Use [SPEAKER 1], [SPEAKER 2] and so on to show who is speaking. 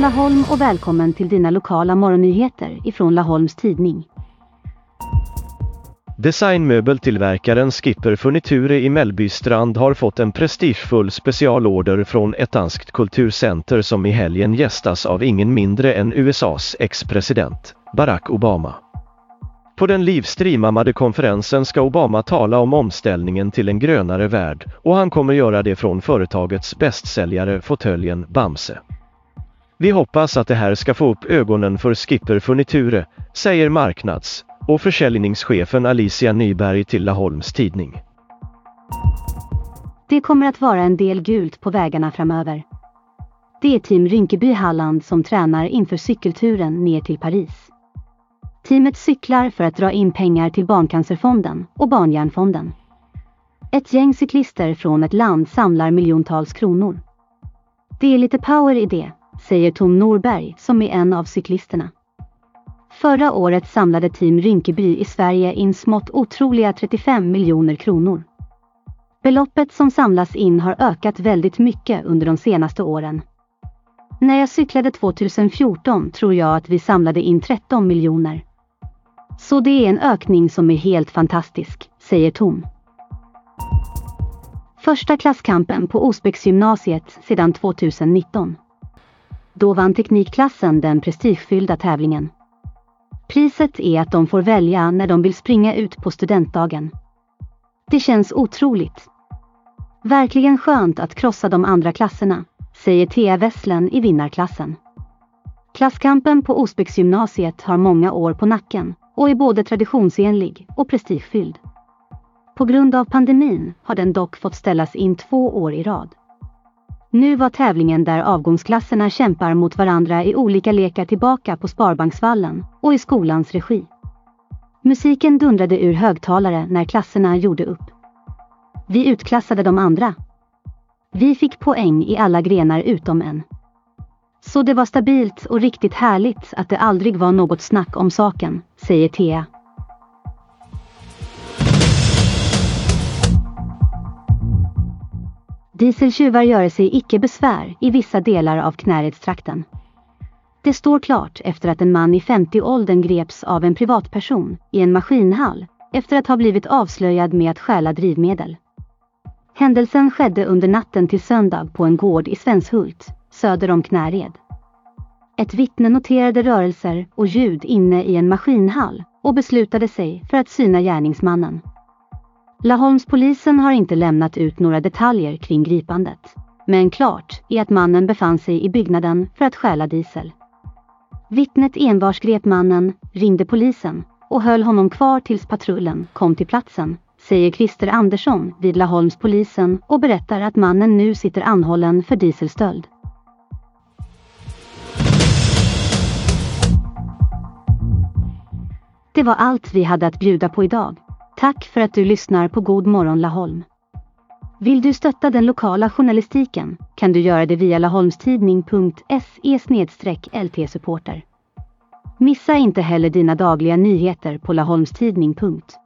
[SPEAKER 1] Laholm och välkommen till dina lokala morgonnyheter ifrån Laholms tidning.
[SPEAKER 2] Designmöbeltillverkaren Skipper Furniture i Mellbystrand har fått en prestigefull specialorder från ett danskt kulturcenter som i helgen gästas av ingen mindre än USAs ex-president, Barack Obama. På den livestreamade konferensen ska Obama tala om omställningen till en grönare värld och han kommer göra det från företagets bästsäljare fåtöljen Bamse. Vi hoppas att det här ska få upp ögonen för Skipper Furniture, säger marknads- och försäljningschefen Alicia Nyberg till Laholms tidning.
[SPEAKER 1] Det kommer att vara en del gult på vägarna framöver. Det är Team Rinkeby Halland som tränar inför cykelturen ner till Paris. Teamet cyklar för att dra in pengar till Barncancerfonden och Barnhjärnfonden. Ett gäng cyklister från ett land samlar miljontals kronor. Det är lite power i det, säger Tom Norberg som är en av cyklisterna. Förra året samlade Team Rinkeby i Sverige in smått otroliga 35 miljoner kronor. Beloppet som samlas in har ökat väldigt mycket under de senaste åren. När jag cyklade 2014 tror jag att vi samlade in 13 miljoner. Så det är en ökning som är helt fantastisk, säger Tom. Första klasskampen på Osbäcksgymnasiet sedan 2019. Då vann teknikklassen den prestigefyllda tävlingen. Priset är att de får välja när de vill springa ut på studentdagen. Det känns otroligt. Verkligen skönt att krossa de andra klasserna, säger Thea Wesslen i vinnarklassen. Klasskampen på Osbäcksgymnasiet har många år på nacken och är både traditionsenlig och prestigefylld. På grund av pandemin har den dock fått ställas in 2 år i rad. Nu var tävlingen där avgångsklasserna kämpar mot varandra i olika lekar tillbaka på Sparbanksvallen och i skolans regi. Musiken dundrade ur högtalare när klasserna gjorde upp. Vi utklassade de andra. Vi fick poäng i alla grenar utom en. Så det var stabilt och riktigt härligt att det aldrig var något snack om saken, säger Thea. Dieseltjuvar gör sig icke besvär i vissa delar av Knäredstrakten. Det står klart efter att en man i 50-åldern greps av en privatperson i en maskinhall efter att ha blivit avslöjad med att stjäla drivmedel. Händelsen skedde under natten till söndag på en gård i Svenshult, söder om Knäred. Ett vittne noterade rörelser och ljud inne i en maskinhall och beslutade sig för att syna gärningsmannen. Laholmspolisen har inte lämnat ut några detaljer kring gripandet, men klart är att mannen befann sig i byggnaden för att stjäla diesel. Vittnet envars grep mannen, ringde polisen och höll honom kvar tills patrullen kom till platsen, säger Christer Andersson vid Laholmspolisen och berättar att mannen nu sitter anhållen för dieselstöld. Det var allt vi hade att bjuda på idag. Tack för att du lyssnar på God morgon Laholm. Vill du stötta den lokala journalistiken kan du göra det via laholmstidning.se/lt-supporter. Missa inte heller dina dagliga nyheter på laholmstidning.